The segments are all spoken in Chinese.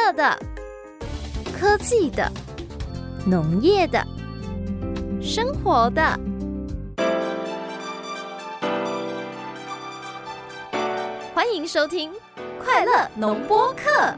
乐的、科技的、农业的、生活的。欢迎收听快乐农播课。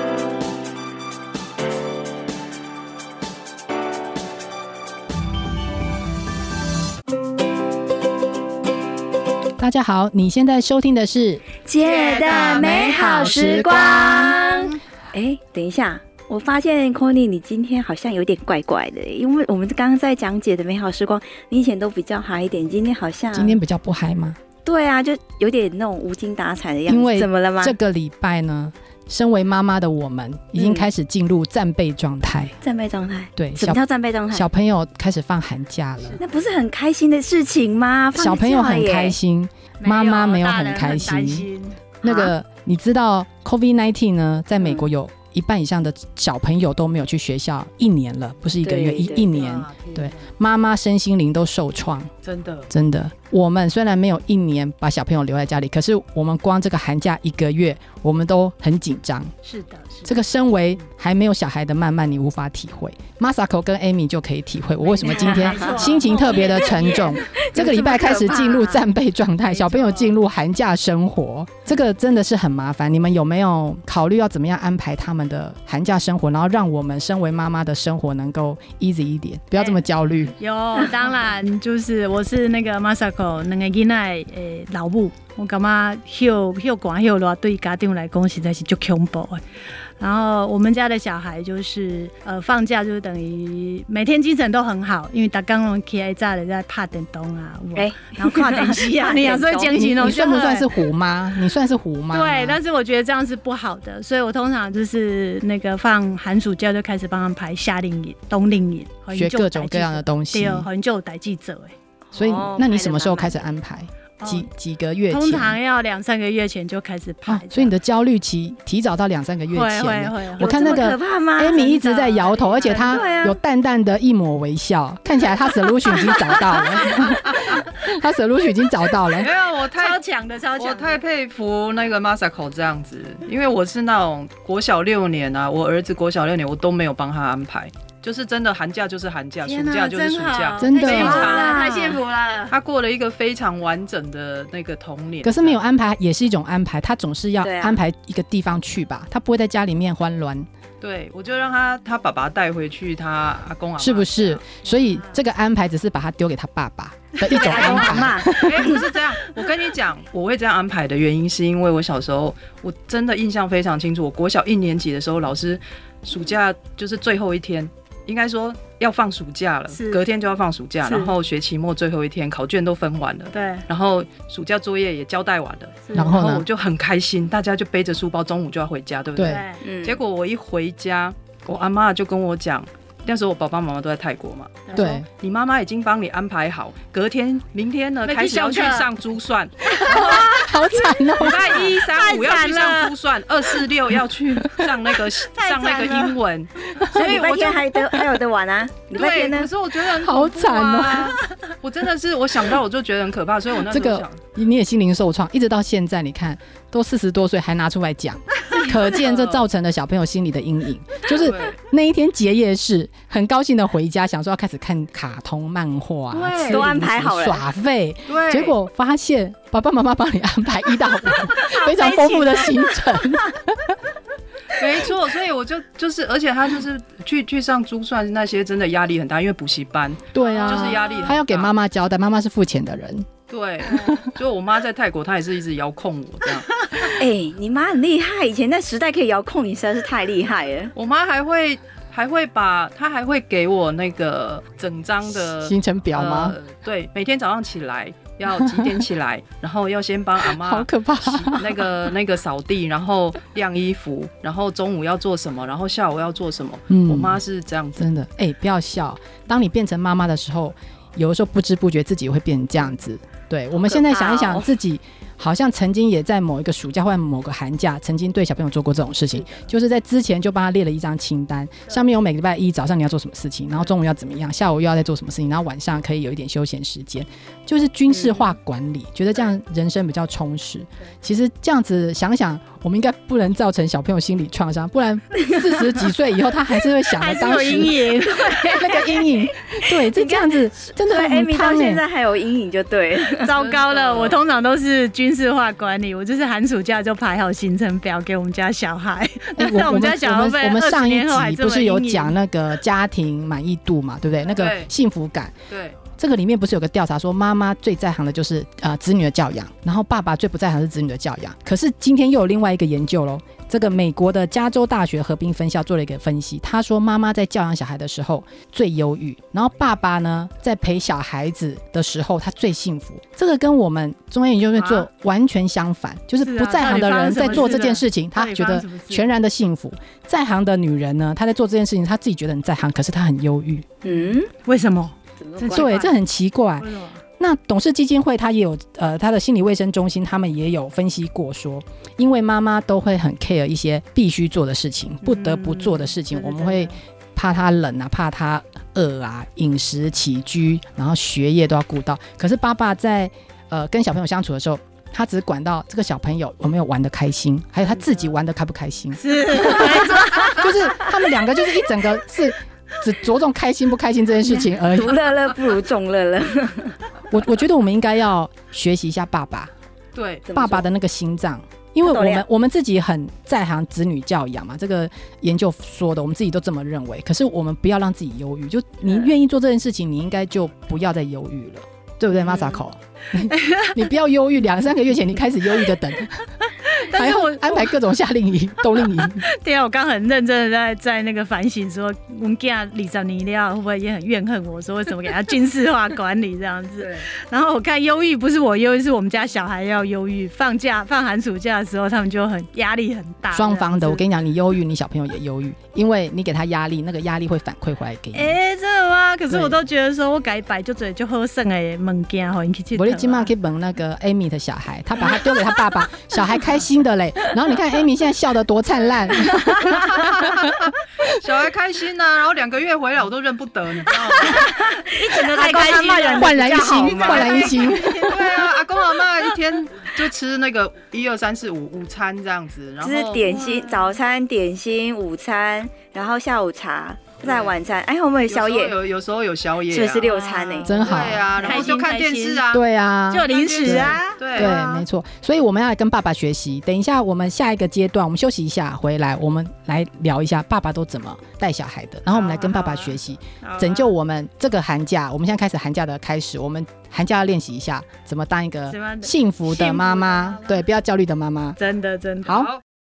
大家好，你现在收听的是姐的美好时光。等一下，我发现 Connie 你今天好像有点怪怪的，因为我们刚刚在讲姐的美好时光，你以前都比较嗨一点，今天比较不嗨吗？ 对啊，就有点那种无精打采的样子。因为怎么了吗？ 这个礼拜呢，身为妈妈的我们已经开始进入战备状态。 战备状态？ 对， 什么叫战备状态？ 小朋友开始放寒假了， 那不是很开心的事情吗？ 小朋友很开心，妈妈没有很开心。那个你知道 COVID-19 呢，在美国有一半以上的小朋友都没有去学校1年了，不是1个月，一年。对，妈妈身心灵都受创，真的。我们虽然没有1年把小朋友留在家里，可是我们光这个寒假1个月，我们都很紧张。 是的。 这个身为还没有小孩的曼曼，你无法体会。Masako 跟 Amy 就可以体会我为什么今天心情特别的沉重。这个礼拜开始进入战备状态，小朋友进入寒假生活，这个真的是很麻烦。你们有没有考虑要怎么样安排他们的寒假生活，然后让我们身为妈妈的生活能够 easy 一点，不要这么焦虑？ 有，当然就是我是那个 Masako 两个囡仔的老母，我感觉休寒休热对家长来讲实在是很恐怖的。然后我们家的小孩就是放假就等于每天精神都很好，因为大家都起来早的在拍电动啊，然后看电视啊，所以精神都。 你算不算是虎妈？你算是虎妈？ 对，但是我觉得这样是不好的，所以我通常就是那个放寒暑假就开始帮他们排夏令营、冬令营， 学各种各样的东西。 对，很就有代志做。 所以，那你什么时候开始安排？几个月前？ 通常要2-3个月前就开始排。 所以你的焦虑期提早到2-3个月前。 会。 我看那个 Amy 一直在摇头，而且她有淡淡的一抹微笑，看起来她 solution 已经找到了。她 solution 已经找到了。 没有，我超强的。 我太佩服那个 Masako 这样子，因为我是那种国小6年啊，我儿子国小6年我都没有帮他安排。就是真的寒假就是寒假，暑假就是暑假， 真的太幸福了。 他过了一个非常完整的那个童年。 可是没有安排也是一种安排，他总是要安排一个地方去吧，他不会在家里面欢乐。 对，我就让他爸爸带回去他阿公阿嬷， 是不是？所以这个安排只是把他丢给他爸爸的一种安排。 不是这样。我跟你讲，我会这样安排的原因是因为我小时候我真的印象非常清楚，我国小1年级的时候，老师暑假就是最后一天。应该说要放暑假了，隔天就要放暑假，然后学期末最后一天，考卷都分完了， 对， 然后暑假作业也交代完了， 然后我就很开心，大家就背着书包，中午就要回家，对不对？对。结果我一回家，我阿嬷就跟我讲，那时候我爸爸妈妈都在泰国嘛， 对， 你妈妈已经帮你安排好，明天呢开始要去上珠算， 好惨哦！ 礼拜1、3、5要去上珠算，2、4、6要去上那个英文， 所以礼拜天还有得玩啊。礼拜天呢？ 可是我觉得很好惨哦！ 我真的是我想到我就觉得很可怕，所以我那时候想， 你也心灵受创，一直到现在，你看都40多岁还拿出来讲，可见这造成了小朋友心里的阴影。就是那一天结业式，很高兴的回家，想说要开始看卡通漫画， 都安排好了， 耍废，结果发现爸爸妈妈帮你安排1到5非常丰富的行程。 没错，所以我就是，而且他就是去上珠算那些，真的压力很大，因为补习班。 对啊， 就是压力很大。 他要给妈妈交代，妈妈是付钱的人。 对，就我妈在泰国，她也是一直遥控我这样。 你妈很厉害，以前那时代可以遥控你，实在是太厉害了。 我妈还会她还会给我那个整张的行程表吗？ 对，每天早上起来。要几点起来，然后要先帮阿嬷好可怕那个扫地，然后晾衣服，然后中午要做什么，然后下午要做什么。我妈是这样子。 真的，不要笑。当你变成妈妈的时候，有的时候不知不觉自己会变成这样子。对，我们现在想一想自己好像曾经也在某一个暑假或者某个寒假曾经对小朋友做过这种事情，就是在之前就帮他列了一张清单，上面有每个礼拜一早上你要做什么事情，然后中午要怎么样，下午又要再做什么事情，然后晚上可以有一点休闲时间，就是军事化管理，觉得这样人生比较充实。其实这样子想想，我们应该不能造成小朋友心理创伤，不然40几岁以后他还是会想着当时还是有阴影那个阴影。对，这样子真的很 Amy 到现在还有阴影就对了。 糟糕了，我通常都是军事化管理，我就是寒暑假就排好行程表给我们家小孩。那我们家小孩我们上一集不是有讲那个家庭满意度嘛，对不对？那个幸福感。 对。 这个里面不是有个调查说，妈妈最在行的就是子女的教养，然后爸爸最不在行的是子女的教养。可是今天又有另外一个研究咯，这个美国的加州大学河滨分校做了一个分析，他说妈妈在教养小孩的时候最忧郁，然后爸爸呢在陪小孩子的时候他最幸福。这个跟我们中央研究院做完全相反，就是不在行的人在做这件事情他觉得全然的幸福，在行的女人呢她在做这件事情她自己觉得很在行，可是她很忧郁。 为什么？ 对，这很奇怪。那董事基金会他也有他的心理卫生中心他们也有分析过说，因为妈妈都会很 care 一些必须做的事情，不得不做的事情，我们会怕他冷啊，怕他饿啊，饮食起居然后学业都要顾到。可是爸爸在跟小朋友相处的时候，他只管到这个小朋友有没有玩得开心，还有他自己玩得开不开心。是就是他们两个就是一整个是只着重开心不开心这件事情而已。 独乐乐不如众乐乐。 我觉得我们应该要学习一下爸爸， 对爸爸的那个心脏，因为我们自己很在行子女教养嘛，这个研究说的，我们自己都这么认为。可是我们不要让自己忧郁，就你愿意做这件事情，你应该就不要再忧郁了，对不对，Masako？你不要忧郁，2-3个月前你开始忧郁的等。还要安排各种夏令营、冬令营。 对啊，我刚很认真的在那个反省说，我们家20年了会不会也很怨恨我，说为什么给他军事化管理这样子？然后我看忧郁不是我忧郁，是我们家小孩要忧郁。放寒暑假的时候，他们就很压力很大。 双方的，我跟你讲，你忧郁，你小朋友也忧郁，因为你给他压力，那个压力会反馈回来给你。 真的吗？可是我都觉得说我改摆就嘴就好剩的物件，好，你去吃。 我今晚去问那个 Amy 的小孩，他把他丢给他爸爸，小孩开心的嘞。然后你看 Amy 现在笑得多灿烂， 小孩开心啊，然后2个月回来我都认不得，你知道吗？ 一整个太开心了， 焕然一新，焕然一新。 对啊，阿公阿嬷一天就吃那个1、2、3、4、5午餐这样子，然后就是点心，早餐、点心、午餐，然后下午茶。在晚餐，哎，我们有宵夜， 有时候有宵夜， 所以是6餐呢， 真好。 对啊，然后就看电视啊， 对啊， 就有零食啊， 对， 没错。所以我们要来跟爸爸学习。等一下，我们下一个阶段，我们休息一下，回来我们来聊一下爸爸都怎么带小孩的，然后我们来跟爸爸学习，拯救我们这个寒假。我们现在开始寒假的开始，我们寒假要练习一下怎么当一个幸福的妈妈，对，不要焦虑的妈妈。 真的好。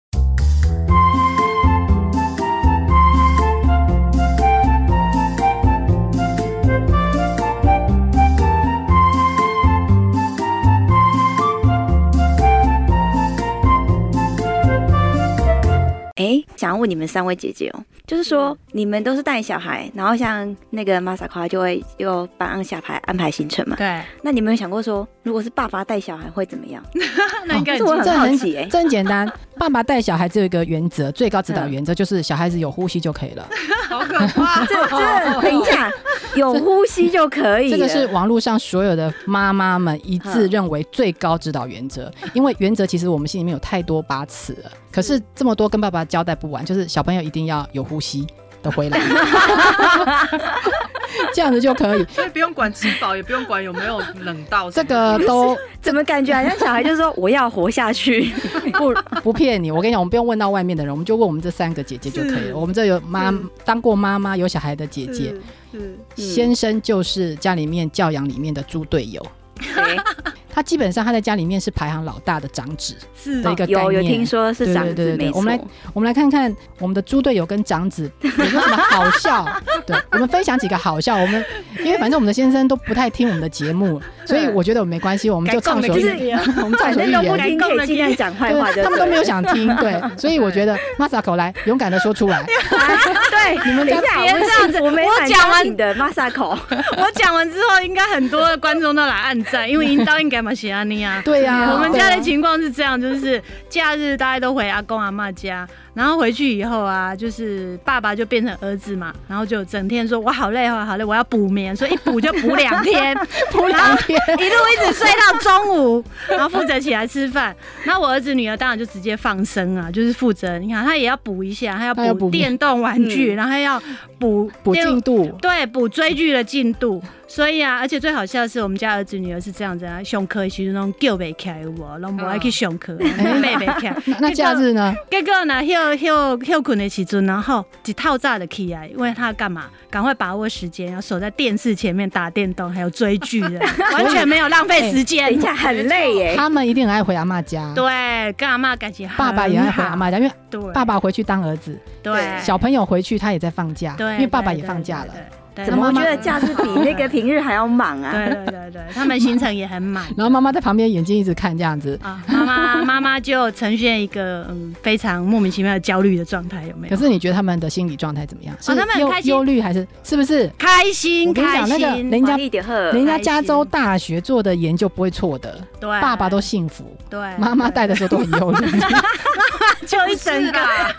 想要问你们3位姐姐哦，就是说你们都是带小孩，然后像那个 Masako 就会有帮小孩安排行程嘛？ 对。 那你们有想过说，如果是爸爸带小孩会怎么样？ 那应该我很好奇这很简单。爸爸带小孩只有一个原则，最高指导原则就是小孩子有呼吸就可以了。 好可怕！ 等一下，有呼吸就可以了。 这个是网络上所有的妈妈们一致认为最高指导原则，因为原则其实我们心里面有太多把尺了，可是这么多跟爸爸交代不完，就是小朋友一定要有呼吸的回来。这样子就可以， 所以不用管吃饱，也不用管有没有冷到， 这个都怎么感觉好像小孩就说我要活下去。 不骗你，我跟你讲，我们不用问到外面的人，我们就问我们这3个姐姐就可以了。我们这有当过妈妈有小孩的姐姐，先生就是家里面教养里面的猪队友。他基本上他在家里面是排行老大的长子的一个概念， 有听说是长子， 对，没错。我们来看看我们的猪队友跟长子有没有什么好笑。对，我们分享几个好笑。因为反正我们的先生都不太听我们的节目，所以我觉得我没关系，我们就畅所欲言。我们畅所欲言， 不听可以尽量讲坏话， 他们都没有想听。对，所以我觉得 Masako 来勇敢的说出来。 对对， 你们家别这样子， 我没我讲完的 Masako， 我讲完之后，应该很多的观众都来按赞，因为引导应该嘛是安尼啊。 对呀， 我们家的情况是这样，就是假日大家都回阿公阿嬷家，然后回去以后啊，就是爸爸就变成儿子嘛，然后就整天说我好累哦，好累，我要补眠，所以一补就补2天， 补2天， 一路一直睡到中午，然后负责起来吃饭。然后我儿子女儿当然就直接放生啊，就是负责，你看他也要补一下，他要补电动玩具，然后要补进度， 对，补追剧的进度。所以啊，而且最好笑的是，我们家儿子女儿是这样子啊，上课的时候拢叫不起来，有无，拢无爱去上课，背不起来。 那假日呢？ 结果呢，休困的时阵，然后一套炸的起来，因为他干嘛？赶快把握时间，要守在电视前面打电动，还有追剧的，完全没有浪费时间。 等一下很累耶。 他们一定很爱回阿嬷家， 对，跟阿嬷感情很好。 爸爸也爱回阿嬷家，因为对爸爸回去当儿子， 对， 小朋友回去他也在放假， 对， 因为爸爸也放假了。 怎么我觉得假日比那个平日还要忙啊？ 对，他们行程也很满。 然后妈妈在旁边眼睛一直看这样子啊，妈妈就呈现一个非常莫名其妙的焦虑的状态，有没有？ 可是你觉得他们的心理状态怎么样？ 他们很开心， 忧虑还是是不是开心？ 我跟你讲，那个人家加州大学做的研究不会错的， 对， 爸爸都幸福， 对， 妈妈带的时候都很忧虑， 就一整个。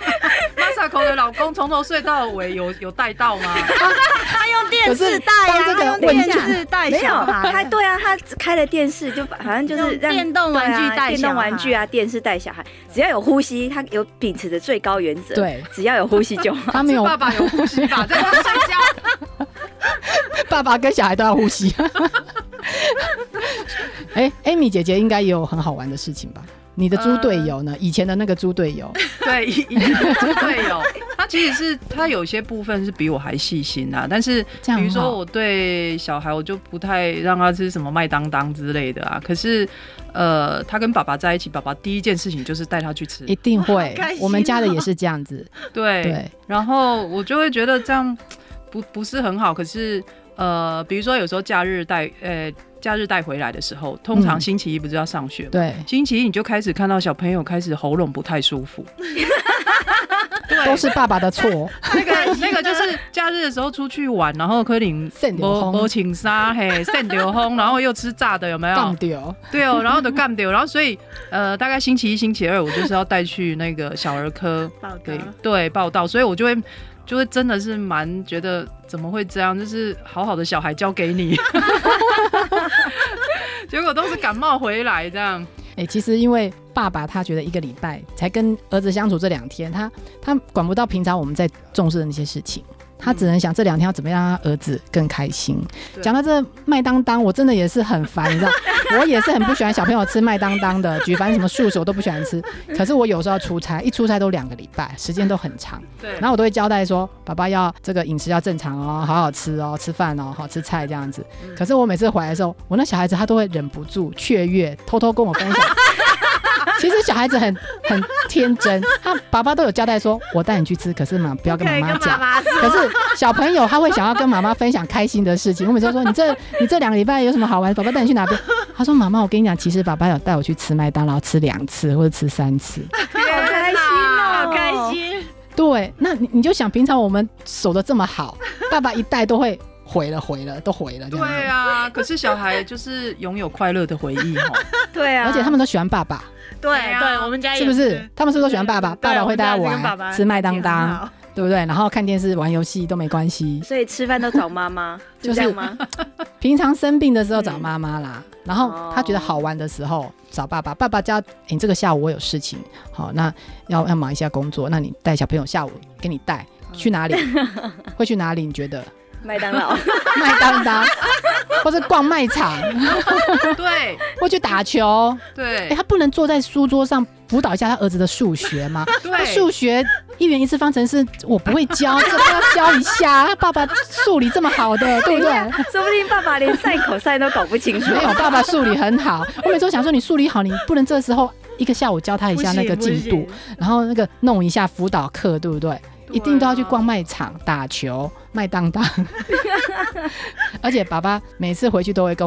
Masako 的老公从头睡到尾有带到吗？ 他用电视带啊，他用电视带小孩。 他对啊，他开了电视就好像就是让电动玩具带小孩， 电动玩具啊，电视带小孩，只要有呼吸，他有秉持的最高原则， 对， 只要有呼吸就好。 他没有爸爸有呼吸吧，在他睡觉。 爸爸跟小孩都要呼吸。Amy 姐姐应该也有很好玩的事情吧？你的猪队友呢？以前的那个猪队友， 对，以前的猪队友，他其实是他有些部分是比我还细心啊。但是比如说我对小孩，我就不太让他吃什么麦当当之类的啊。可是他跟爸爸在一起，爸爸第一件事情就是带他去吃， 一定会。我们家的也是这样子。 对，然后我就会觉得这样不是很好。可是比如说有时候假日带回来的时候，通常星期一不是要上学吗？ 对， 星期一你就开始看到小朋友开始喉咙不太舒服， 都是爸爸的错。 那个就是假日的时候出去玩，然后可能没请纱，晒流风，然后又吃炸的，有没有？ 干掉。 对哦，然后就干掉，然后所以大概星期一、星期二，我就是要带去那个小儿科对报到，所以我就会真的是蛮觉得怎么会这样，就是好好的小孩交给你，结果都是感冒回来这样。 其实因为爸爸他觉得1个礼拜才跟儿子相处这2天，他管不到平常我们在重视的那些事情，他只能想这2天要怎么样让他儿子更开心。讲到这麦当当，我真的也是很烦，你知道，我也是很不喜欢小朋友吃麦当当的，举凡什么素食我都不喜欢吃。可是我有时候要出差，一出差都2个礼拜，时间都很长。 对， 然后我都会交代说，爸爸要这个饮食要正常哦，好好吃哦，吃饭哦，好吃菜这样子。可是我每次回来的时候，我那小孩子他都会忍不住雀跃，偷偷跟我分享。其实小孩子很天真，他爸爸都有交代说，我带你去吃，可是不要跟妈妈讲。可是小朋友他会想要跟妈妈分享开心的事情。我每次说你这2个礼拜有什么好玩？爸爸带你去哪边？他说妈妈，我跟你讲，其实爸爸有带我去吃麦当劳，吃2次或者吃3次。 好开心哦， 好开心。 对，那你就想平常我们守得这么好，爸爸一带都会。毁了，都毁了。 对啊，可是小孩就是拥有快乐的回忆哦。 对啊， 而且他们都喜欢爸爸。 对，我们家也是不是？他们是不是都喜欢爸爸？爸爸会带他玩，吃麦当当，对不对？然后看电视、玩游戏都没关系。 所以吃饭都找妈妈，就这样吗？ 平常生病的时候找妈妈啦，然后他觉得好玩的时候找爸爸。爸爸叫你这个下午我有事情，好，那要忙一下工作，那你带小朋友下午给你带去哪里？会去哪里？你觉得？ 麦当劳、 麦当当，或是逛卖场， 对， 或去打球， 对。 他不能坐在书桌上辅导一下他儿子的数学吗？ 对， 数学1元1次方程式我不会教，这个都要教一下。爸爸数理这么好的，对不对？ 说不定爸爸连赛口赛都搞不清楚。 没有，爸爸数理很好。我每次都想说，你数理好，你不能这时候1个下午教他一下那个进度，然后那个弄一下辅导课，对不对？一定都要去逛卖场、打球、麦当当。而且爸爸每次回去都会跟我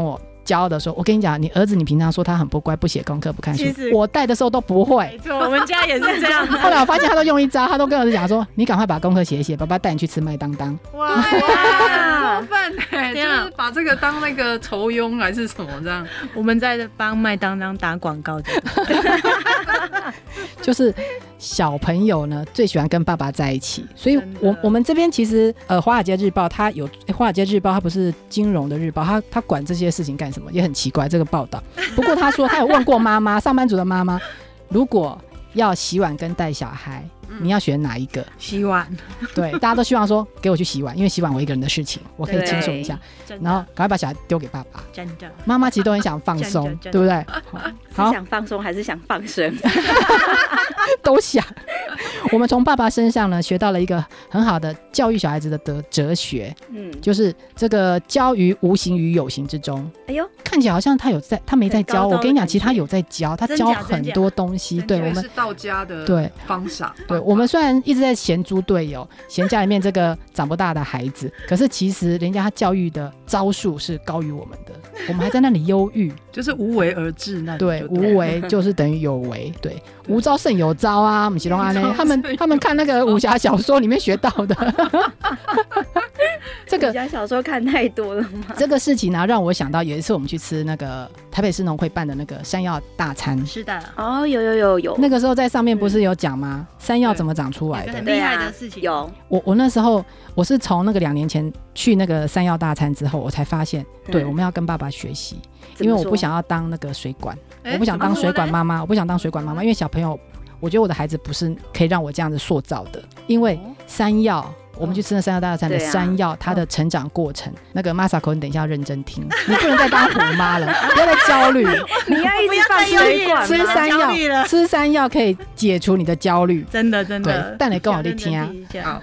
骄傲的说，我跟你讲，你儿子你平常说他很不乖，不写功课不看书其实， 我带的时候都不会没。错，我们家也是这样子。 后来我发现他都用一招，他都跟儿子讲说，你赶快把功课写一写，爸爸带你去吃麦当当。 哇， 过分哎，就天啊是把这个当那个酬庸还是什么这样。 我们在帮麦当当打广告的。 就是小朋友呢最喜欢跟爸爸在一起，所以真的我们这边其实华尔街日报它有华尔街日报它不是金融的日报，它管这些事情干什么也很奇怪这个报道。不过他说他有问过妈妈，上班族的妈妈，如果要洗碗跟带小孩，你要选哪一个？ 洗碗， 对，大家都希望说给我去洗碗，因为洗碗我一个人的事情，我可以轻松一下， 真的然后赶快把小孩丢给爸爸。 真的。 妈妈其实都很想放松， 真的对不对？好， 是想放松还是想放生？ 都想。我们从爸爸身上呢学到了一个很好的教育小孩子的哲学，就是这个教于无形与有形之中。 哎呦， 看起来好像他有在，他没在教。我跟你讲，其实他有在教，他教真假很多东西。对我们是道家的对方法。 对我们虽然一直在嫌猪队友，嫌家里面这个长不大的孩子，可是其实人家他教育的招数是高于我们的，我们还在那里忧郁。 就是无为而治那里。 对，无为就是等于有为。对，无招胜有招啊，我们形容安呢。他们看那个武侠小说里面学到的。这个武侠小说看太多了吗？ 这个事情呢，让我想到有一次我们去吃那个台北市农会办的那个山药大餐。 是的， 哦，有。 那个时候在上面不是有讲吗？山药怎么长出来的？ 有个很厉害的事情。 有。 我那时候我是从那个2年前去那个山药大餐之后，我才发现，对，我们要跟爸爸学习，因为我不想要当那个水管，我不想当水管妈妈，我不想当水管妈妈，因为小朋友，我觉得我的孩子不是可以让我这样子塑造的，因为山药。我们去吃那山药大餐的山药，它的成长过程，那个 Masako， 你等一下要认真听，你不能再当虎妈了，不要再焦虑， 你要一直放水管吗？ 吃山药，吃山药可以解除你的焦虑， 真的。 对，但你跟我去听啊。 好。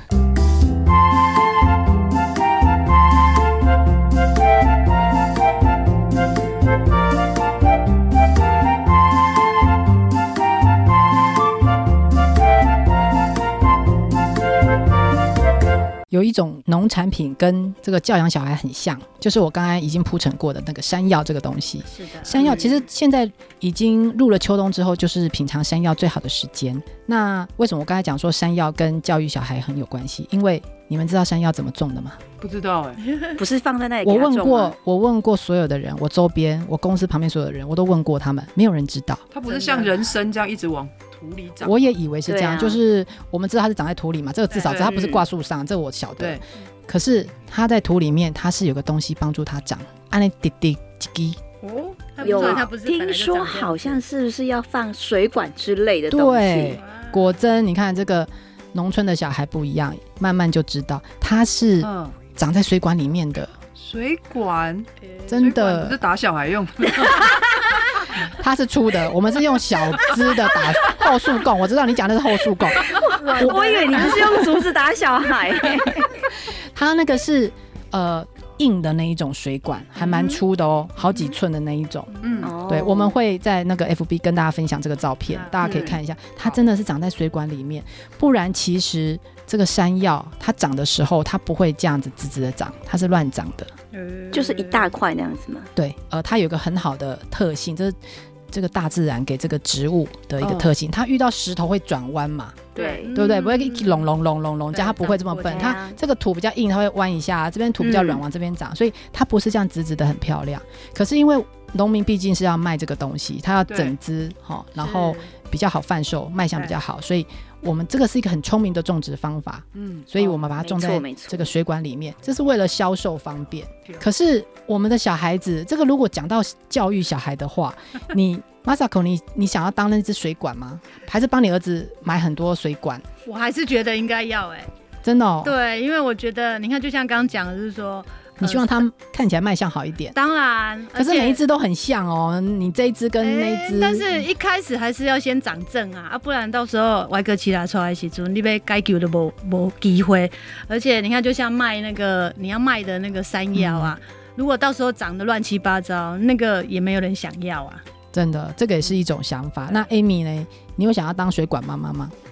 有一种农产品跟这个教养小孩很像，就是我刚才已经铺陈过的那个山药这个东西。 是的， 山药其实现在已经入了秋冬之后，就是品尝山药最好的时间。那为什么我刚才讲说山药跟教育小孩很有关系？因为你们知道山药怎么种的吗？ 不知道哎， 不是放在那里给他种吗？ 我问过所有的人，我周边、我公司旁边所有的人，我都问过他们，没有人知道。 它不是像人参这样一直往土里长？ 我也以为是这样，就是我们知道它是长在土里嘛，这个至少对它不是挂树上，这个我晓得对。 可是它在土里面，它是有个东西帮助它长，按那滴滴滴。 哦， 有它不是听说好像是不是要放水管之类的东西？ 对，果真你看这个农村的小孩不一样，慢慢就知道它是长在水管里面的。 水管真的不是打小孩用。 它是粗的，我们是用小支的打后束供。我知道你讲的是后束供， 我以为你们是用竹子打小孩。 它那个是硬的那一种水管，还蛮粗的哦，好几寸的那一种。对，我们会在那个 FB 跟大家分享这个照片，大家可以看一下，它真的是长在水管里面。不然其实这个山药它长的时候，它不会这样子直直的长，它是乱长的， 就是一大块那样子吗？ 对，它有一个很好的特性，这个大自然给这个植物的一个特性，它遇到石头会转弯嘛， 对不对？不会隆隆，这样它不会这么笨。它这个土比较硬，它会弯一下；这边土比较软，往这边长，所以它不是这样直直的很漂亮。可是因为农民毕竟是要卖这个东西，他要整枝然后比较好贩售，卖相比较好，所以我们这个是一个很聪明的种植方法。所以我们把它种在这个水管里面，这是为了销售方便。可是我们的小孩子，这个如果讲到教育小孩的话，你Masako， 你想要当那只水管吗？还是帮你儿子买很多水管？ 我还是觉得应该要真的哦。 对，因为我觉得你看，就像刚刚讲的，就是说。 你希望它看起来卖相好一点， 当然， 可是每一只都很像哦。你这一只跟那一只， 但是一开始还是要先长正啊，不然到时候歪哥起来出来的时候，你被改救都没机会。而且你看，就像卖那个你要卖的那个山药啊，如果到时候长得乱七八糟，那个也没有人想要啊。 真的，这个也是一种想法。那 Amy 呢？你有想要当水管妈妈吗？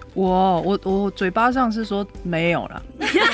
我嘴巴上是说没有啦，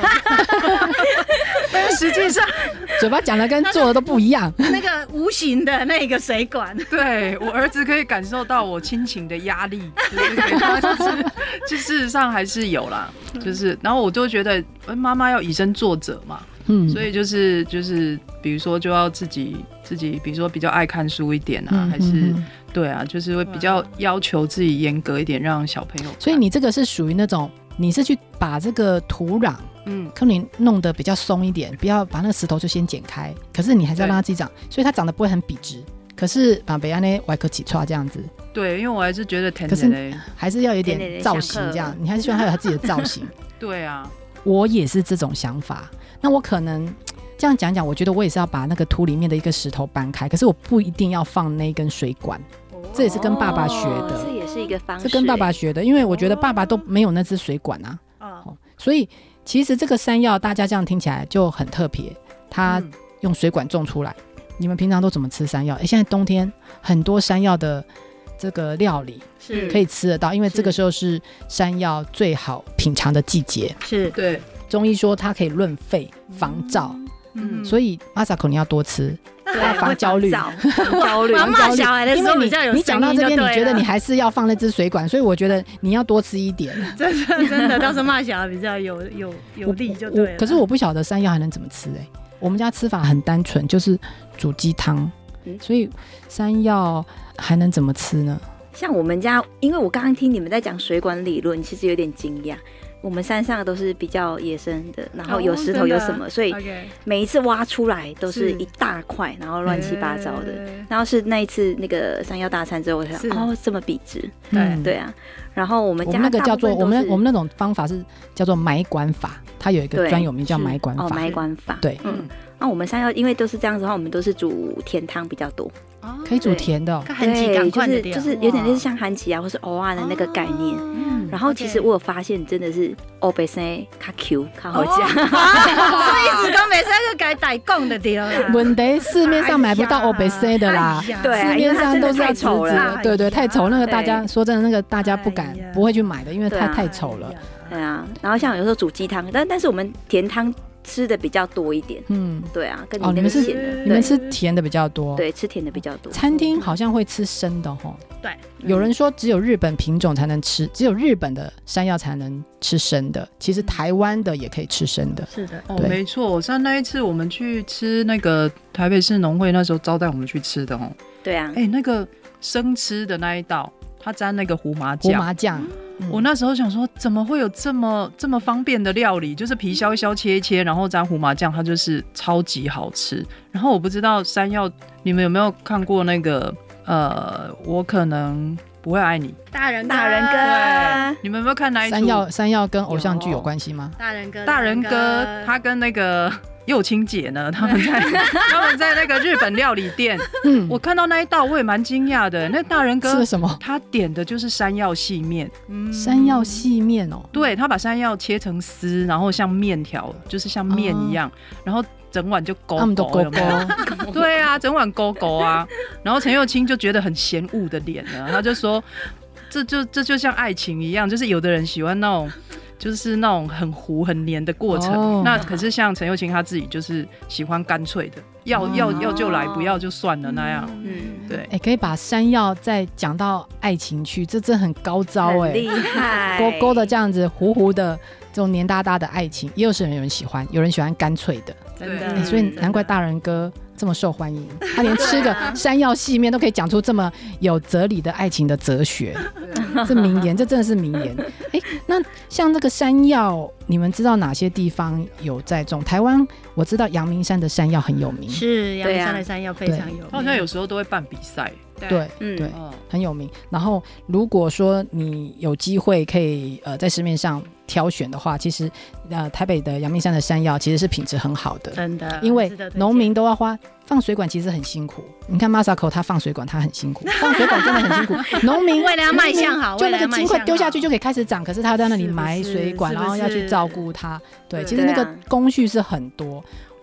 但是实际上嘴巴讲的跟做的都不一样。 那个无形的那个水管， 对我儿子可以感受到我亲情的压力，就是给他就事实上还是有啦，就是然后我就觉得妈妈要以身作则嘛，所以就是比如说就要自己比如说比较爱看书一点啊，还是对啊，就是会比较要求自己严格一点，让小朋友看。 所以你这个是属于那种你是去把这个土壤可能弄得比较松一点，不要把那个石头就先剪开，可是你还是要让它自己长，所以它长得不会很笔直，可是把北安呢外壳起出这样子。 对，因为我还是觉得甜可是的嘞， 还是要有点造型这样，你还是希望它有它自己的造型。 对啊， 我也是这种想法。那我可能这样讲讲，我觉得我也是要把那个土里面的一个石头搬开，可是我不一定要放那根水管。这也是跟爸爸学的， 这也是一个方式。 这跟爸爸学的，因为我觉得爸爸都没有那支水管啊。所以其实这个山药大家这样听起来就很特别，它用水管种出来。你们平常都怎么吃山药？现在冬天很多山药的这个料理是可以吃得到，因为这个时候是山药最好品尝的季节。 是对， 中医说它可以润肺防燥，所以Masako你要多吃。防焦虑， 妈妈小孩的时候比较有声音， 你讲到这边，你觉得你还是要放那支水管，所以我觉得你要多吃一点。 真的，到时候骂小孩比较有力就对了。 可是我不晓得山药还能怎么吃我们家吃法很单纯，就是煮鸡汤，所以山药还能怎么吃呢？ 像我们家，因为我刚刚听你们在讲水管理论，其实有点惊讶。我们山上都是比较野生的，然后有石头有什么，所以每一次挖出来都是一大块，然后乱七八糟的。然后是那一次那个山药大餐之后，我才这么笔直，对啊。然后我们家那个叫做我们那种方法是叫做埋管法，它有一个专有名叫埋管法。 埋管法， 对， 那我们山药因为都是这样子的话，我们都是煮甜汤比较多。 可以煮甜的对，就是有点类似像韩吉啊或是蚵仔的那个概念。然后其实我有发现，真的是欧北生较 Q 较好吃。 所以是讲北生就该代供的对啦。 问题市面上买不到欧北生的啦， 对， 市面上都是要直直的，对，太丑，那个大家说真的，那个大家不会去买的，因为太丑了。 对啊，然后像有时候煮鸡汤，但是我们甜汤吃的比较多一点，对啊，跟你那个咸的， 你们吃甜的比较多， 对，吃甜的比较多。 餐厅好像会吃生的齁， 对， 有人说只有日本品种才能吃，只有日本的山药才能吃生的，其实台湾的也可以吃生的。 是的， 没错，像那一次我们去吃那个台北市农会那时候招待我们去吃的齁， 对啊， 那个生吃的那一道，它沾那个胡麻酱。我那时候想说，怎么会有这么方便的料理？就是皮削一削切一切，然后沾胡麻酱，它就是超级好吃。然后我不知道山药，你们有没有看过那个我可能不会爱你， 大人哥， 对，你们有没有看那一出？ 山药跟偶像剧有关系吗？ 大人哥， 他跟那个幼青姐呢，他们在那个日本料理店，我看到那一道我也蛮惊讶的。那大人哥吃了什么？ 他点的就是山药细面， 山药细面哦， 对，他把山药切成丝，然后像面条，就是像面一样，然后整碗就勾勾，有没有？对啊，整碗勾勾啊。然后陈幼卿就觉得很嫌恶的脸呢，他就说，这就像爱情一样，就是有的人喜欢那种。就是那种很糊很黏的过程，那可是像陈幼卿他自己就是喜欢干脆的，要就来，不要就算了那样。对， 可以把山药再讲到爱情去，这很高招很厉害， 勾勾的这样子糊糊的这种黏哒哒的爱情，也有人喜欢，有人喜欢干脆的， 真的。 所以难怪大人哥这么受欢迎，他连吃个山药细面都可以讲出这么有哲理的爱情的哲学，这名言，这真的是名言。那像这个山药，你们知道哪些地方有在种？台湾我知道阳明山的山药很有名， 是阳明山的山药非常有名， 好像有时候都会办比赛。 对，很有名。然后如果说你有机会可以在市面上挑选的话，其实台北的阳明山的山药其实是品质很好的， 真的。 因为农民都要放水管，其实很辛苦。你看 Masako 他放水管，他很辛苦，放水管真的很辛苦。农民为了要卖相好， 就那个金块丢下去就可以开始长，可是他在那里埋水管，然后要去照顾它。对，其实那个工序是很多。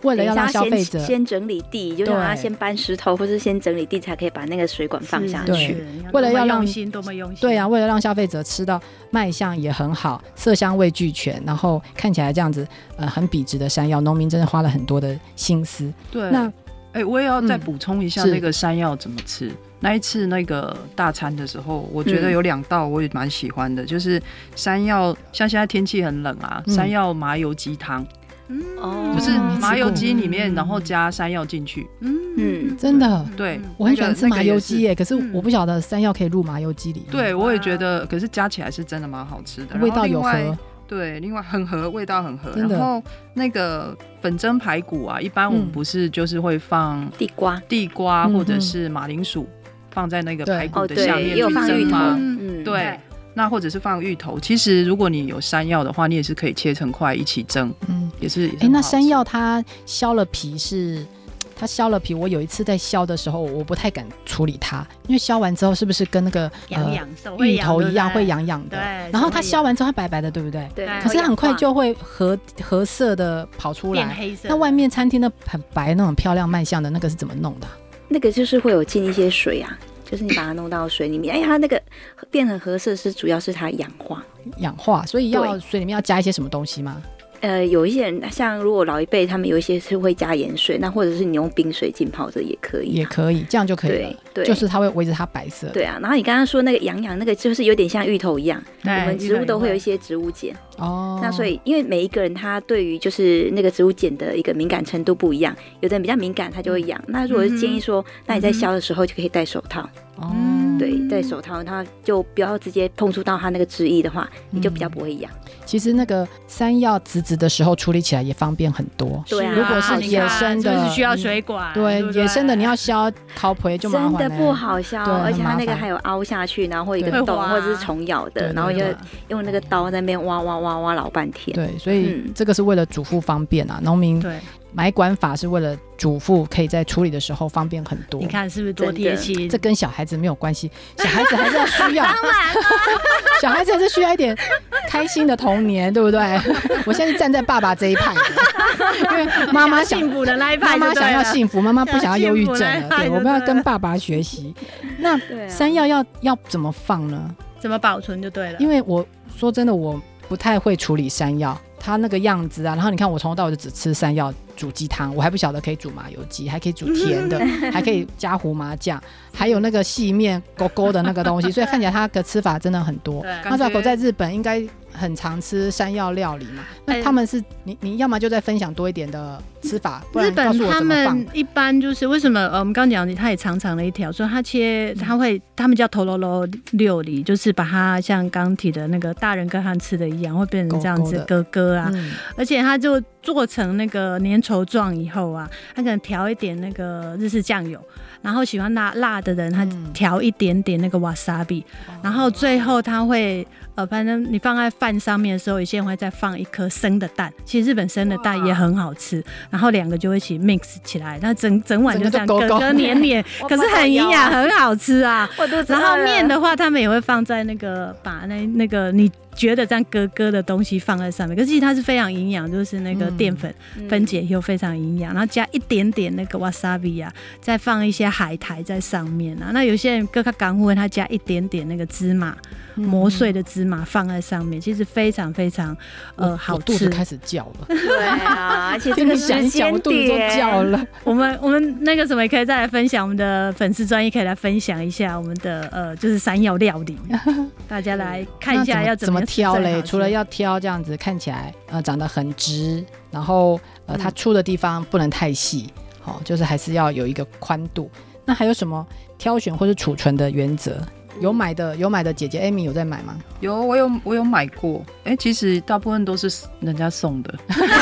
为了要让消费者先整理地，就是让他先搬石头，或是先整理地，才可以把那个水管放下去。 为了要让多么用心， 对啊，为了让消费者吃到卖相也很好，色香味俱全，然后看起来这样子很笔直的山药，农民真的花了很多的心思。 对， 那我也要再补充一下那个山药怎么吃。那一次那个大餐的时候，我觉得有2道我也蛮喜欢的，就是山药，像现在天气很冷啊，山药麻油鸡汤。就是麻油鸡里面，然后加山药进去。 真的， 对， 我很喜欢吃麻油鸡耶，可是我不晓得山药可以入麻油鸡里面。 对，我也觉得，可是加起来是真的蛮好吃的， 味道有合。 对，另外很合，味道很合。 然后那个粉蒸排骨啊，一般我们不是就是会放地瓜或者是马铃薯放在那个排骨的下面去蒸吗？对。那或者是放芋头，其实如果你有山药的话，你也是可以切成块一起蒸，也是。 那山药它削了皮它削了皮，我有一次在削的时候，我不太敢处理它，因为削完之后是不是跟那个芋头一样会痒痒的？然后它削完之后它白白的，对不对？ 对。 可是很快就会褐色的跑出来，那外面餐厅的很白那种漂亮卖相的那个是怎么弄的？ 那个就是会有进一些水啊。就是你把它弄到水里面，它那个变成褐色是主要是它氧化， 所以要水里面要加一些什么东西吗？ 有一些人像如果老一辈，他们有一些是会加盐水，那或者是你用冰水浸泡着也可以， 这样就可以了。对，就是它会维持它白色。 对啊，然后你刚刚说那个痒痒，那个就是有点像芋头一样，我们植物都会有一些植物碱哦。那所以因为每一个人他对于就是那个植物碱的一个敏感程度不一样，有的人比较敏感，他就会痒。那如果是建议说，那你在削的时候就可以戴手套。对，戴手套，它就不要直接碰触到它那个汁液的话，你就比较不会痒。 其实那个山药直直的时候处理起来也方便很多。 对啊， 如果是野生的， 就是需要水管。 对，野生的你要削烤皮就麻烦了， 真的不好削，而且它那个还有凹下去，然后会有一个洞或者是虫咬的，然后就用那个刀在那边挖老半天。 对，所以这个是为了主妇方便啊，农民对。买管法是为了主妇可以在处理的时候方便很多。 你看是不是多贴心？ 这跟小孩子没有关系，小孩子还是要需要，小孩子还是需要一点开心的童年，对不对？我现在是站在爸爸这一派的，因为妈妈幸福的那一派， 妈妈想要幸福，妈妈不想要忧郁症了。对，我们要跟爸爸学习。那山药要怎么放呢？ 怎么保存就对了。 因为我说真的，我不太会处理山药。它那个样子啊，然后你看我从头到尾就只吃山药煮鸡汤，我还不晓得可以煮麻油鸡，还可以煮甜的，还可以加胡麻酱，还有那个细面勾勾的那个东西，所以看起来它的吃法真的很多。Masako在日本应该很常吃山药料理嘛，那他们是你要么就再分享多一点的吃法，不然告诉我怎么放。 日本他们一般就是为什么我们刚讲的它也长长的一条，所以他们叫头罗罗料理，就是把它像刚提的那个大人跟他吃的一样，会变成这样子哥哥啊，而且他就做成那个粘稠状以后啊，他可能调一点那个日式酱油，然后喜欢辣的人他调一点点那个 wasabi，然后最后他会反正你放在饭上面的时候，有些人会再放一颗生的蛋，其实日本生的蛋也很好吃，然后2个就一起 mix 起来，那整碗就这样哥哥黏黏，可是很营养，很好吃啊。然后面的话，他们也会放在那个把那个你觉得这样哥哥的东西放在上面，可是其实它是非常营养，就是那个淀粉分解又非常营养，然后加一点点那个 wasabi 啊，再放一些海苔在上面啊。那有些人更港户他加一点点那个芝麻磨碎的芝麻放在上面，其实非常非常好吃。 我肚子开始叫了。 对啊，而且这个时间我肚子都叫了。 我们那个什么也可以再来分享，我们的粉丝专页可以来分享一下我们的就是山药料理，大家来看一下要怎么挑嘞。除了要挑这样子看起来长得很直，然后它出的地方不能太细，就是还是要有一个宽度。那还有什么挑选或是储存的原则？有买的姐姐 Amy 有在买吗？ 有，我有买过。其实大部分都是人家送的。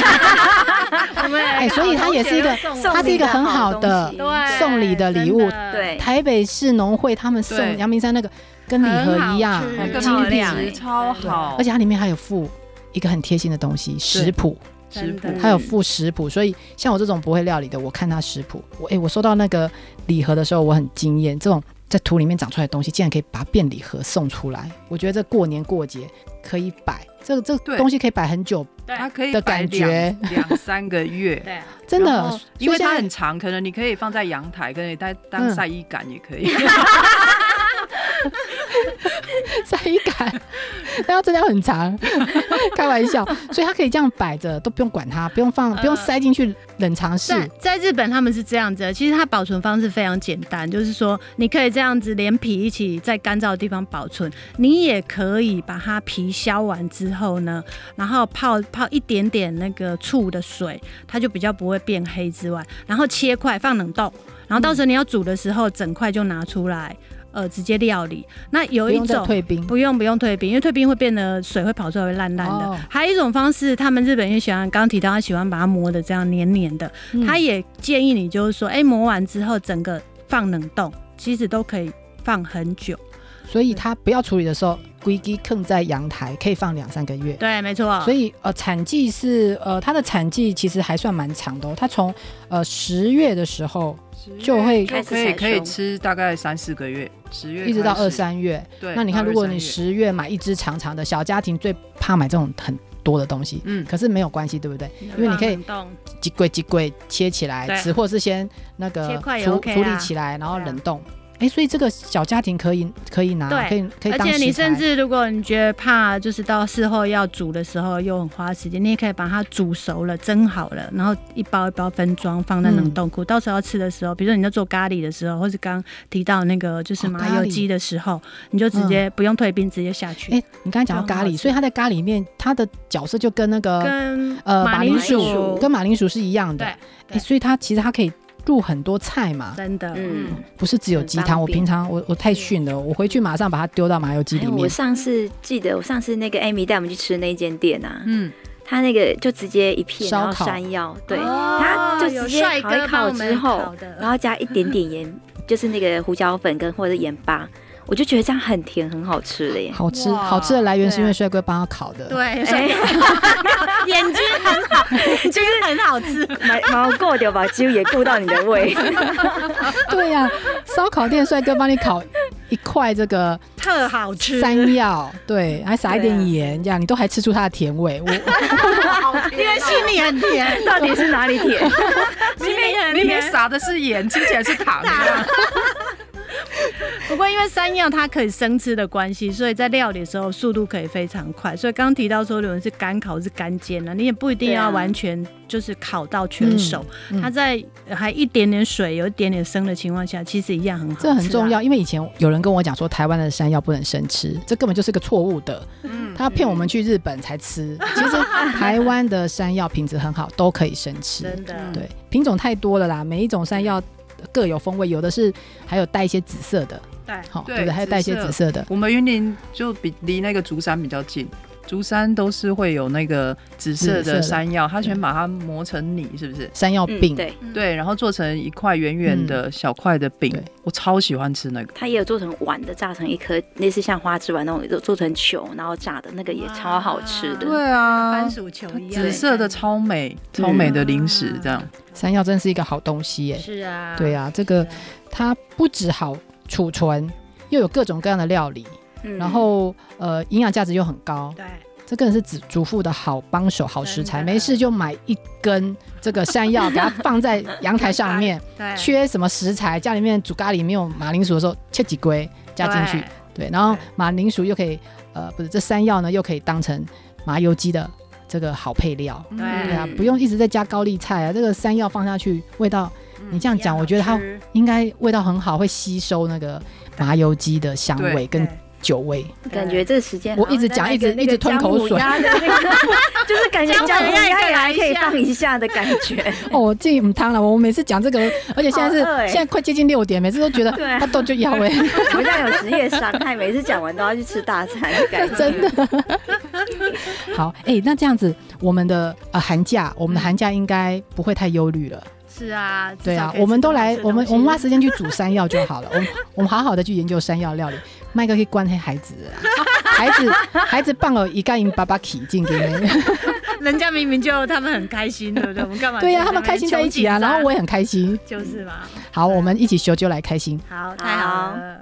所以它也是一个，它是一个很好的送礼的礼物。 对， 台北市农会他们送阳明山那个跟礼盒一样， 很精品，超好， 而且它里面还有附一个很贴心的东西，食谱。它有附食谱，所以像我这种不会料理的，我看它食谱，我收到那个礼盒的时候，我很惊艳，这种在土里面长出来的东西，竟然可以把它变礼盒送出来。我觉得这过年过节可以摆，这东西可以摆很久， 它可以的感觉 2-3个月。 对， 真的， 因为它很长，可能你可以放在阳台，可能你当晒衣杆也可以。 晒衣杆，但要真的要很长，开玩笑，所以它可以这样摆着，都不用管它，不用塞进去冷藏室。 在日本他们是这样子的，其实它保存方式非常简单，就是说你可以这样子连皮一起在干燥的地方保存，你也可以把它皮削完之后呢，然后泡一点点那个醋的水，它就比较不会变黑之外，然后切块放冷冻，然后到时候你要煮的时候，整块就拿出来。直接料理。那有一种退冰， 不用退冰，因为退冰会变得水会跑出来，会烂烂的。 哦， 还有一种方式，他们日本人喜欢，刚刚提到他喜欢把它磨的这样黏黏的，他也建议你就是说，磨完之后整个放冷冻，其实都可以放很久。 所以它不要处理的时候，规矩放在阳台可以放2-3个月。 对，没错。 所以产季是它的产季其实还算蛮长的哦。它从10月的时候就可以吃大概3-4个月，10月一直到2-3月。 对， 那你看，如果你10月买一只长长的，小家庭最怕买这种很多的东西，可是没有关系，对不对？因为你可以几柜切起来吃，或者是先那个处理起来，然后冷冻。所以这个小家庭可以拿，可以当食材。而且你甚至如果你觉得怕，就是到事后要煮的时候又很花时间，你也可以把它煮熟了、蒸好了，然后一包一包分装放在冷冻库。到时候要吃的时候，比如说你在做咖喱的时候，或是刚提到那个就是麻油鸡的时候，你就直接不用退冰，直接下去。 你刚才讲到咖喱，所以它在咖喱里面，它的角色就跟那个马铃薯是一样的。所以它其实它可以入很多菜嘛， 真的， 不是只有鸡汤。我平常我太逊了，我回去马上把它丢到麻油鸡里面。 我上次那个 Amy 带我们去吃那间店啊，他那个就直接一片，然后山药，对，他就直接烤一烤之后，然后加一点点盐，就是那个胡椒粉跟或者盐巴。我就觉得这样很甜，很好吃的耶。 好吃的来源是因为帅哥帮他烤的。 对，眼睛很好，就是很好吃。 毛够掉吧，几乎也顾到你的胃。 对呀，烧烤店帅哥帮你烤一块这个特好吃山药，对，还撒一点盐，这样你都还吃出它的甜味。因为心里很甜， 到底是哪里甜？ 里面撒的是盐，吃起来是糖。 不过因为山药它可以生吃的关系，所以在料理的时候速度可以非常快。所以刚刚提到说，有人是干烤是干煎了，你也不一定要完全就是烤到全熟。它在还一点点水、有一点点生的情况下，其实一样很好吃。 这很重要，因为以前有人跟我讲说，台湾的山药不能生吃，这根本就是个错误的。他骗我们去日本才吃，其实台湾的山药品质很好，都可以生吃。 真的， 对，品种太多了啦，每一种山药各有风味，有的是还有带一些紫色的，对不对？还有带一些紫色的。 我们云林就离那个竹山比较近，竹山都是会有那个紫色的山药，它全把它磨成泥，是不是？ 山药饼， 对，然后做成一块圆圆的小块的饼，我超喜欢吃那个。 它也有做成碗的，炸成一颗类似像花枝丸那种，做成球然后炸的那个也超好吃的。 对啊， 番薯球一样， 紫色的超美的零食这样。 山药真是一个好东西耶。 是啊， 对啊，这个它不只好储存，又有各种各样的料理，然后营养价值又很高。 对， 这个是主妇的好帮手、好食材。没事就买一根这个山药，给它放在阳台上面。缺什么食材，家里面煮咖喱没有马铃薯的时候，切几龟加进去。对，然后马铃薯又可以不是，这山药呢又可以当成麻油鸡的这个好配料。对啊，不用一直在加高丽菜啊，这个山药放下去味道。你这样讲，我觉得它应该味道很好，会吸收那个麻油鸡的香味跟酒味。 感觉这个时间我一直讲，一直吞口水， 就是感觉姜母鸭还可以放一下的感觉。 哦，这唔汤了，我每次讲这个，而且现在快接近6点，每次都觉得它都就要味。 我们这样有职业伤害，每次讲完都要去吃大餐的感觉。 真的。好，那这样子，我们的寒假应该不会太忧虑了。 是啊， 对啊，我们都来，我们花时间去煮山药就好了。我们好好的去研究山药料理。麦克可以关黑孩子孩子放了一干银爸爸起进给你。 人家明明就他们很开心，对不对？我们干嘛？ 对呀，他们开心在一起啊，然后我也很开心， 就是嘛。 好，我们一起修就来开心。 好，太好了。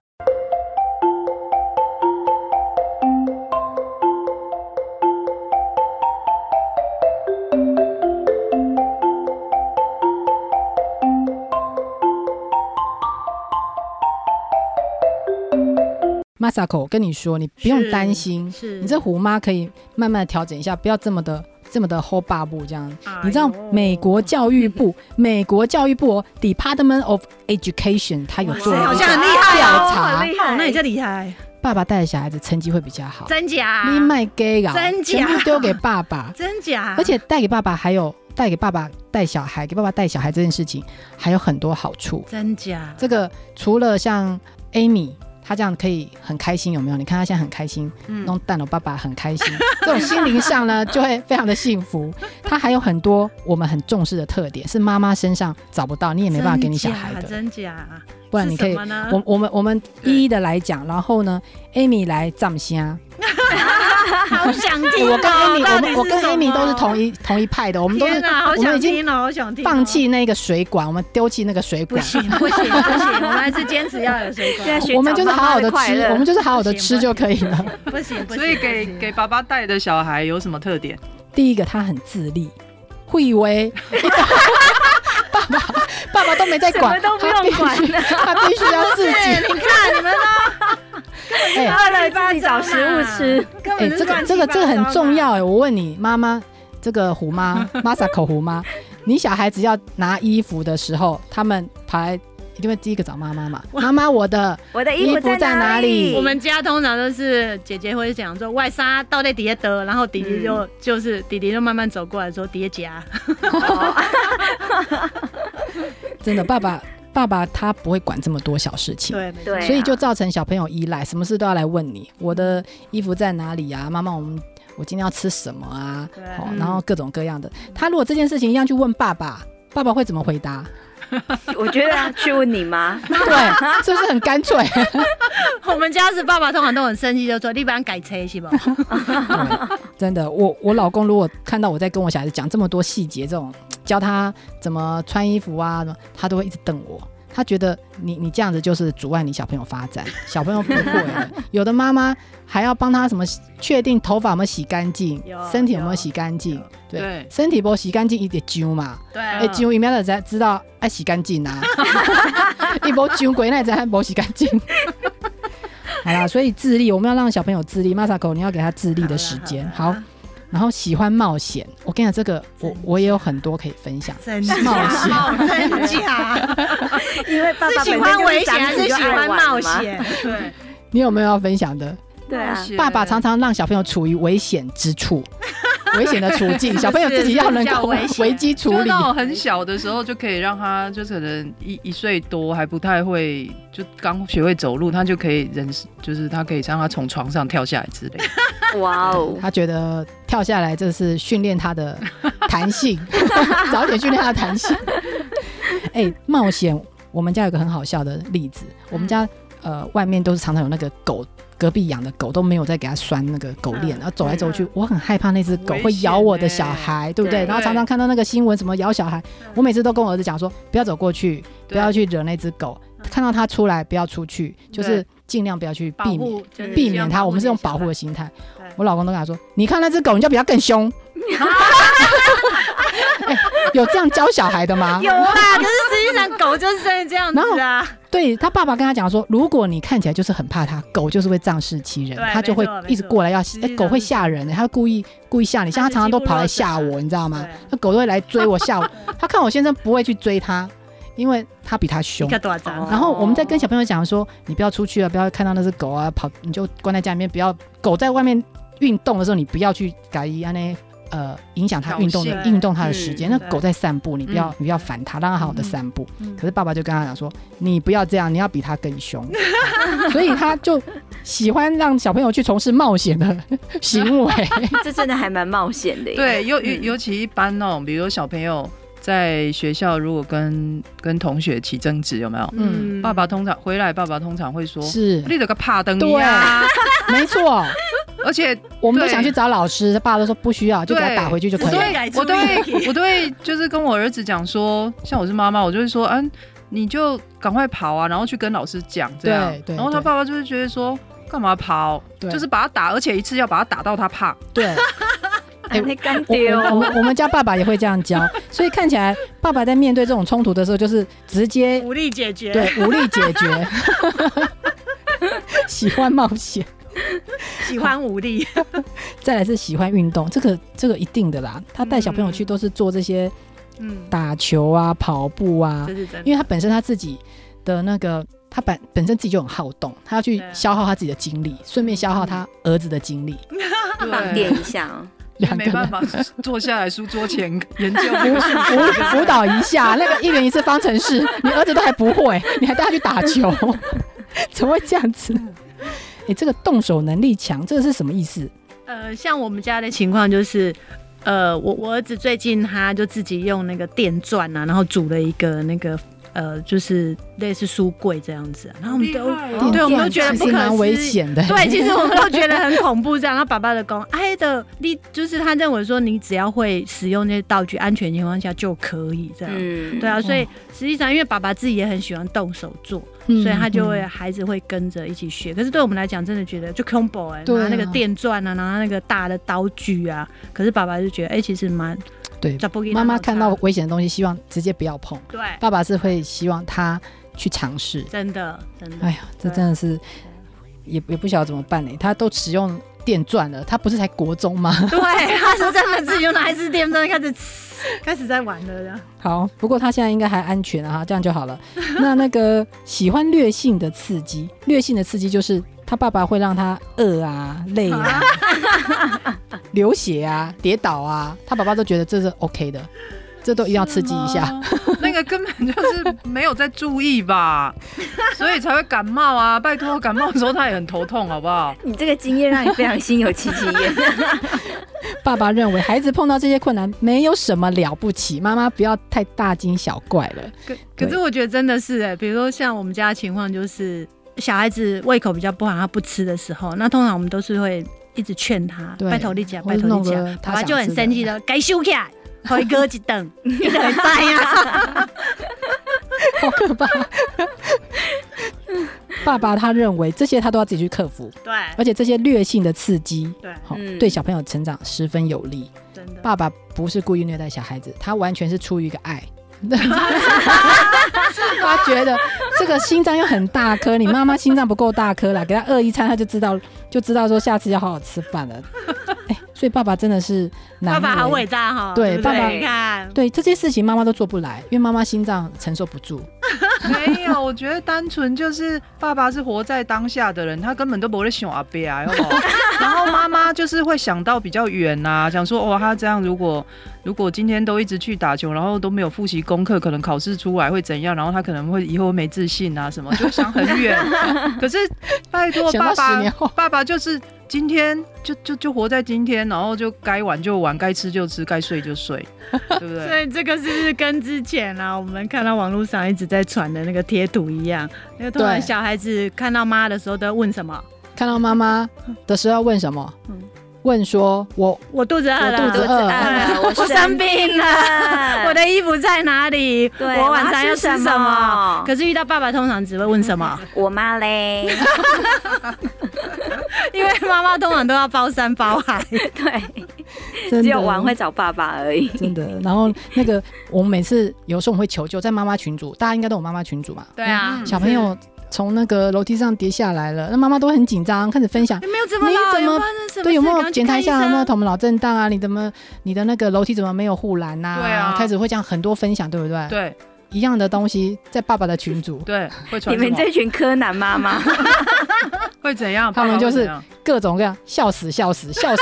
Masako 跟你说，你不用担心，你这虎妈可以慢慢的调整一下，不要这么的 hold 霸步这样。你知道美国教育部Department of Education 它有做好像很厉害调查， 好，那你就厉害。 爸爸带的小孩子成绩会比较好， 真假？ 你卖 gay 啊？ 真假？ 全部丢给爸爸， 真假？ 而且带给爸爸还有带给爸爸带小孩，给爸爸带小孩这件事情还有很多好处。 真假？ 这个除了像 Amy 他这样可以很开心，有没有？你看他现在很开心，弄蛋了，爸爸很开心，这种心灵上呢就会非常的幸福。他还有很多我们很重视的特点，是妈妈身上找不到，你也没办法给你小孩的。 真假？ 不然你可以，我们一一的来讲，然后呢 ，Amy 来藏虾。 好想听、 我跟 Amy 都是同一派的，我们都是，我们已经放弃那个水管，我们丢弃那个水管。 不行，我们还是坚持要有水管。 我们就是好好的吃，我们就是好好的吃就可以了。 不行。 所以给爸爸带的小孩有什么特点？ 第一个，他很自立，会以为爸爸都没在管， 什么都不用管他必须要自己。 你看你们都饿了自己找食物吃。 这个很重要我问你，妈妈，这个虎妈Masako 虎妈，你小孩子要拿衣服的时候，他们跑来一定会第一个找妈妈嘛？妈妈，我的衣服在哪里？ 我们家通常都是姐姐会讲说外纱到底底下得，然后弟弟就是弟弟就慢慢走过来说底下夹。 真的，爸爸他不会管这么多小事情， 对， 所以就造成小朋友依赖，什么事都要来问你，我的衣服在哪里啊？妈妈，我今天要吃什么啊？然后各种各样的。他如果这件事情一样去问爸爸，爸爸会怎么回答？ 我觉得去问你妈， 对，是不是很干脆？ 我们家是爸爸通常都很生气，就说你把它改车是吧？ 真的，我老公如果看到我在跟我小孩子讲这么多细节，这种教他怎么穿衣服啊，他都会一直瞪我。他觉得你这样子就是阻碍你小朋友发展，小朋友不会了。有的妈妈还要帮他什么确定头发有没有洗干净，身体有没有洗干净，对，身体不洗干净一点揪嘛， 对， 揪一秒的才知道爱洗干净啊，一波揪鬼那才没洗干净。好啦，所以自立，我们要让小朋友自立。Masako， 你要给他自立的时间。好。然后喜欢冒险，我跟你讲，这个我也有很多可以分享。冒险， 真假？ 因为爸爸是喜欢危险还是喜欢冒险？ 对， 你有没有要分享的？ 对啊， 爸爸常常让小朋友处于危险之处。危险的处境，小朋友自己要能够危机处理。 就那种很小的时候就可以让他，就是可能一岁多还不太会，就刚学会走路，他就可以就是他可以让他从床上跳下来之类的。 哇哦！ 他觉得跳下来这是训练他的弹性，早点训练他的弹性。冒险，我们家有个很好笑的例子，我们家外面都是常常有那个狗。隔壁养的狗都没有再给它拴那个狗链，然后走来走去，我很害怕那只狗会咬我的小孩，对不对？然后常常看到那个新闻什么咬小孩，我每次都跟我儿子讲说，不要走过去，不要去惹那只狗，看到它出来不要出去，就是尽量不要去避免它。我们是用保护的心态。我老公都跟他说，你看那只狗，你就比它更凶。有这样教小孩的吗？ 有啦，可是实际上狗就是真的这样子啊。 对，他爸爸跟他讲说，如果你看起来就是很怕他，狗就是会仗势欺人，他就会一直过来要狗会吓人，他会故意吓你，像他常常都跑来吓我，你知道吗？那狗都会来追我吓我，他看我先生不会去追他，因为他比他凶。然后我们在跟小朋友讲说，你不要出去啊，不要看到那只狗啊跑，你就关在家里面，不要狗在外面运动的时候，你不要去改影响他运动他的时间。那狗在散步，你不要烦他，让他好好的散步。可是爸爸就跟他讲说，你不要这样，你要比他更凶。所以他就喜欢让小朋友去从事冒险的行为。 这真的还蛮冒险的耶。 对，尤其一般比如小朋友在学校如果跟同学起争执，有没有？爸爸通常回来，爸爸通常会说，是你这个怕灯呀。 没错。 而且我们都想去找老师，爸爸都说不需要，就给他打回去就可以了。 我都会就是跟我儿子讲说，像我是妈妈，我就会说，你就赶快跑啊，然后去跟老师讲这样。然后他爸爸就是觉得说，干嘛跑？就是把他打，而且一次要把他打到他怕。 对。我们家爸爸也会这样教，所以看起来爸爸在面对这种冲突的时候，就是直接武力解决。 对，武力解决。 喜欢冒险， 喜欢武力， 再来是喜欢运动，这个一定的啦。他带小朋友去都是做这些，打球啊、跑步啊，因为他本身他自己的那个，他本身自己就很好动，他要去消耗他自己的精力，顺便消耗他儿子的精力， 放电一下。 没办法坐下来书桌前研究辅导一下那个1元1次方程式，你儿子都还不会，你还带他去打球，怎么会这样子？这个动手能力强，这个是什么意思？ 像我们家的情况就是，我儿子最近他就自己用那个电钻啊，然后组了一个那个就是类似书柜这样子，然后我们都对，我们都觉得不可思议， 蛮危险的。 对，其实我们都觉得很恐怖这样。然后爸爸的讲，你就是他认为说，你只要会使用那些道具，安全情况下就可以这样。对啊，所以实际上因为爸爸自己也很喜欢动手做，所以他就会孩子会跟着一起学。可是对我们来讲，真的觉得就恐怖拿那个电钻啊，拿那个大的刀具啊。可是爸爸就觉得，其实蛮。 对，妈妈看到危险的东西，希望直接不要碰。 对， 爸爸是会希望他去尝试。 真的。 哎呀，这真的是也不晓得怎么办呢。他都使用电钻了，他不是才国中吗？ 对，他是真的自己用的，还是电钻开始在玩了这样。 好，不过他现在应该还安全啊，这样就好了。那个喜欢略性的刺激，略性的刺激就是他爸爸会让他饿啊、累啊、流血啊、跌倒啊，他爸爸都觉得这是 OK 的，这都一定要刺激一下。 那个根本就是没有在注意吧，所以才会感冒啊！拜托，感冒的时候他也很头痛，好不好？ 你这个经验让你非常心有戚戚焉。 爸爸认为孩子碰到这些困难没有什么了不起，妈妈不要太大惊小怪了。 可是我觉得真的是比如说像我们家的情况就是。小孩子胃口比较不好，他不吃的时候，那通常我们都是会一直劝他，拜托你吃，拜托你吃，爸爸就很生气的，该收起来，回哥一顿，你就会知啊， 好可怕。爸爸他认为这些他都要自己去克服， 对， 而且这些略性的刺激， 对， 对小朋友成长十分有利。 真的， 爸爸不是故意虐待小孩子，他完全是出于一个爱。他觉得这个心脏又很大颗，你妈妈心脏不够大颗啦，给他饿一餐他就知道说下次要好好吃饭了。所以爸爸真的是难为， 爸爸好伟大哈。 对，爸爸你看， 对这些事情妈妈都做不来，因为妈妈心脏承受不住。 没有，我觉得单纯就是爸爸是活在当下的人，他根本都不会想阿伯啊，然后妈妈就是会想到比较远啊，想说他这样如果今天都一直去打球，然后都没有复习功课，可能考试出来会怎样，然后他可能会以后没自信啊什么，就想很远。可是拜托爸爸就是今天就活在今天，然后就该玩就玩，该吃就吃，该睡就睡，对不对？ 所以这个是不是跟之前我们看到网络上一直在传的那个贴图一样？那个突然小孩子看到妈的时候都要问什么？ 看到妈妈的时候要问什么？问说我肚子饿了， 我生病了，我的衣服在哪里？我晚上要吃什么？可是遇到爸爸通常只会问什么？ 我妈嘞。 因为妈妈通常都要包山包海， 对，只有玩会找爸爸而已， 真的。然后那个我们每次有时候我们会求救，在妈妈群组，大家应该都有妈妈群组嘛？ 对啊， 小朋友从那个楼梯上跌下来了，那妈妈都很紧张，开始分享， 你怎么对，有没有检查一下有没有头脑震荡啊？你的那个楼梯怎么没有护栏啊？ 对啊， 开始会讲很多分享，对不对？ 对， 一样的东西在爸爸的群组， 对，会传。 你们这群柯南妈妈会怎样？ 他们就是各种各样笑死，他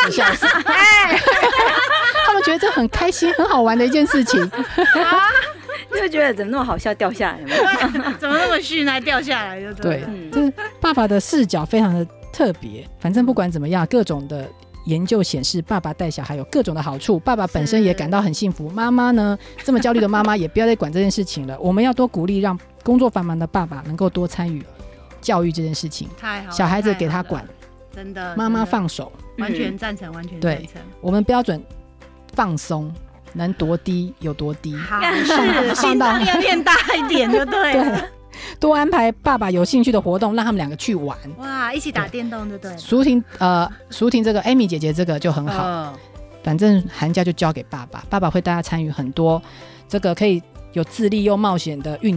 们觉得这很开心、很好玩的一件事情。 就觉得怎么那么好笑，掉下来了， 怎么那么逊还掉下来？ 对，就是爸爸的视角非常的特别。反正不管怎么样，各种的研究显示，爸爸带小孩有各种的好处，爸爸本身也感到很幸福。妈妈呢，这么焦虑的妈妈也不要再管这件事情了。我们要多鼓励，让工作繁忙的爸爸能够多参与教育这件事情。 太好了， 小孩子给他管， 真的， 妈妈放手， 完全赞成，完全赞成。我们标准放松。能多低有多低， 是心脏要变大一点就对了。 对，多安排爸爸有兴趣的活动，让他们两个去玩。 哇，一起打电动就对了。 淑婷这个 Amy 姐姐这个就很好。反正寒假就交给爸爸，爸爸会带他参与很多这个可以有自立又冒险的运动，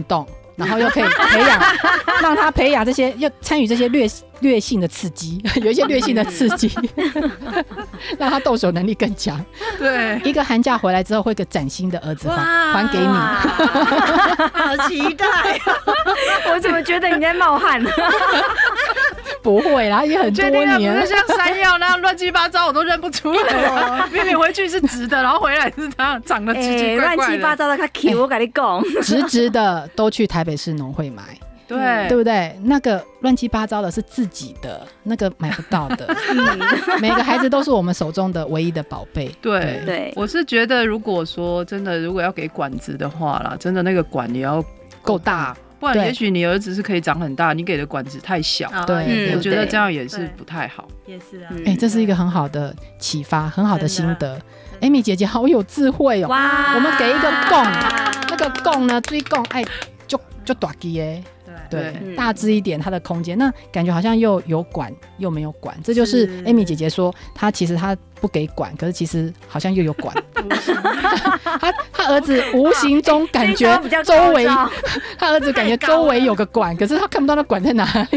然后又可以培养，让他培养这些，要参与这些略性的刺激，有一些略性的刺激，让他动手能力更强。 对， 一个寒假回来之后，会个崭新的儿子还给你。 好期待！ 我怎么觉得你在冒汗？ 不会啦，也很多年。 不是像山药那样乱七八糟，我都认不出来。明明回去是直的，然后回来是这样长得奇奇怪怪的， 乱七八糟的。他 Q 我跟你讲， 直直的都去台北市农会买。 对， 对不对？那个乱七八糟的是自己的，那个买不到的。每个孩子都是我们手中的唯一的宝贝。 对， 我是觉得，如果说真的，如果要给管子的话啦，真的那个管也要够大，不然也许你儿子是可以长很大，你给的管子太小。 对， 我觉得这样也是不太好。 也是啊， 这是一个很好的启发，很好的心得。Amy 姐姐好有智慧哦！哇，我们给一个供，那个供呢，追供就大支耶。对，大致一点它的空间，那感觉好像又有管又没有管，这就是 Amy 姐姐说她其实她不给管，可是其实好像又有管。他儿子无形中感觉周围，他儿子感觉周围有个管，可是他看不到那管在哪里。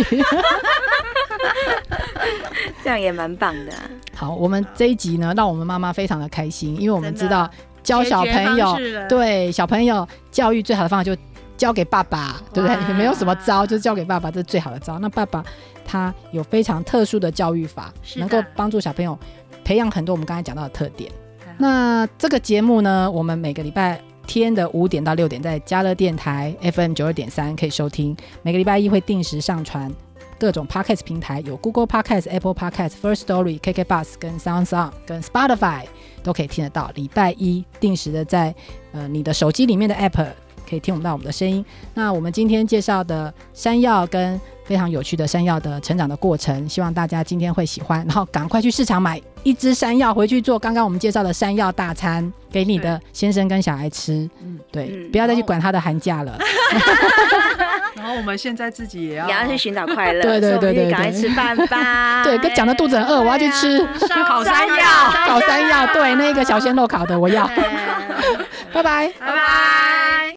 这样也蛮棒的。 好，我们这一集呢，让我们妈妈非常的开心，因为我们知道教小朋友，对小朋友教育最好的方法就交给爸爸，对不对？也没有什么招，就是交给爸爸，这是最好的招。那爸爸他有非常特殊的教育法，能够帮助小朋友培养很多我们刚才讲到的特点。那这个节目呢，我们每个礼拜天的5点到6点在嘉乐电台 FM92.3 可以收听，每个礼拜一会定时上传各种 Podcast 平台，有 Google Podcast、Apple Podcast、Firstory、KKBus 跟 SoundOn 跟 Spotify 都可以听得到。礼拜一定时的在你的手机里面的 App可以听到我们的声音。那我们今天介绍的山药跟非常有趣的山药的成长的过程，希望大家今天会喜欢，然后赶快去市场买一只山药回去做刚刚我们介绍的山药大餐给你的先生跟小孩吃。对，不要再去管他的寒假了。 然后我们现在自己也要去寻找快乐。 对， 赶快吃饭吧。 对，跟讲的肚子很饿，我要去吃烤山药。 烤山药，对，那个小鲜肉烤的我要。拜拜。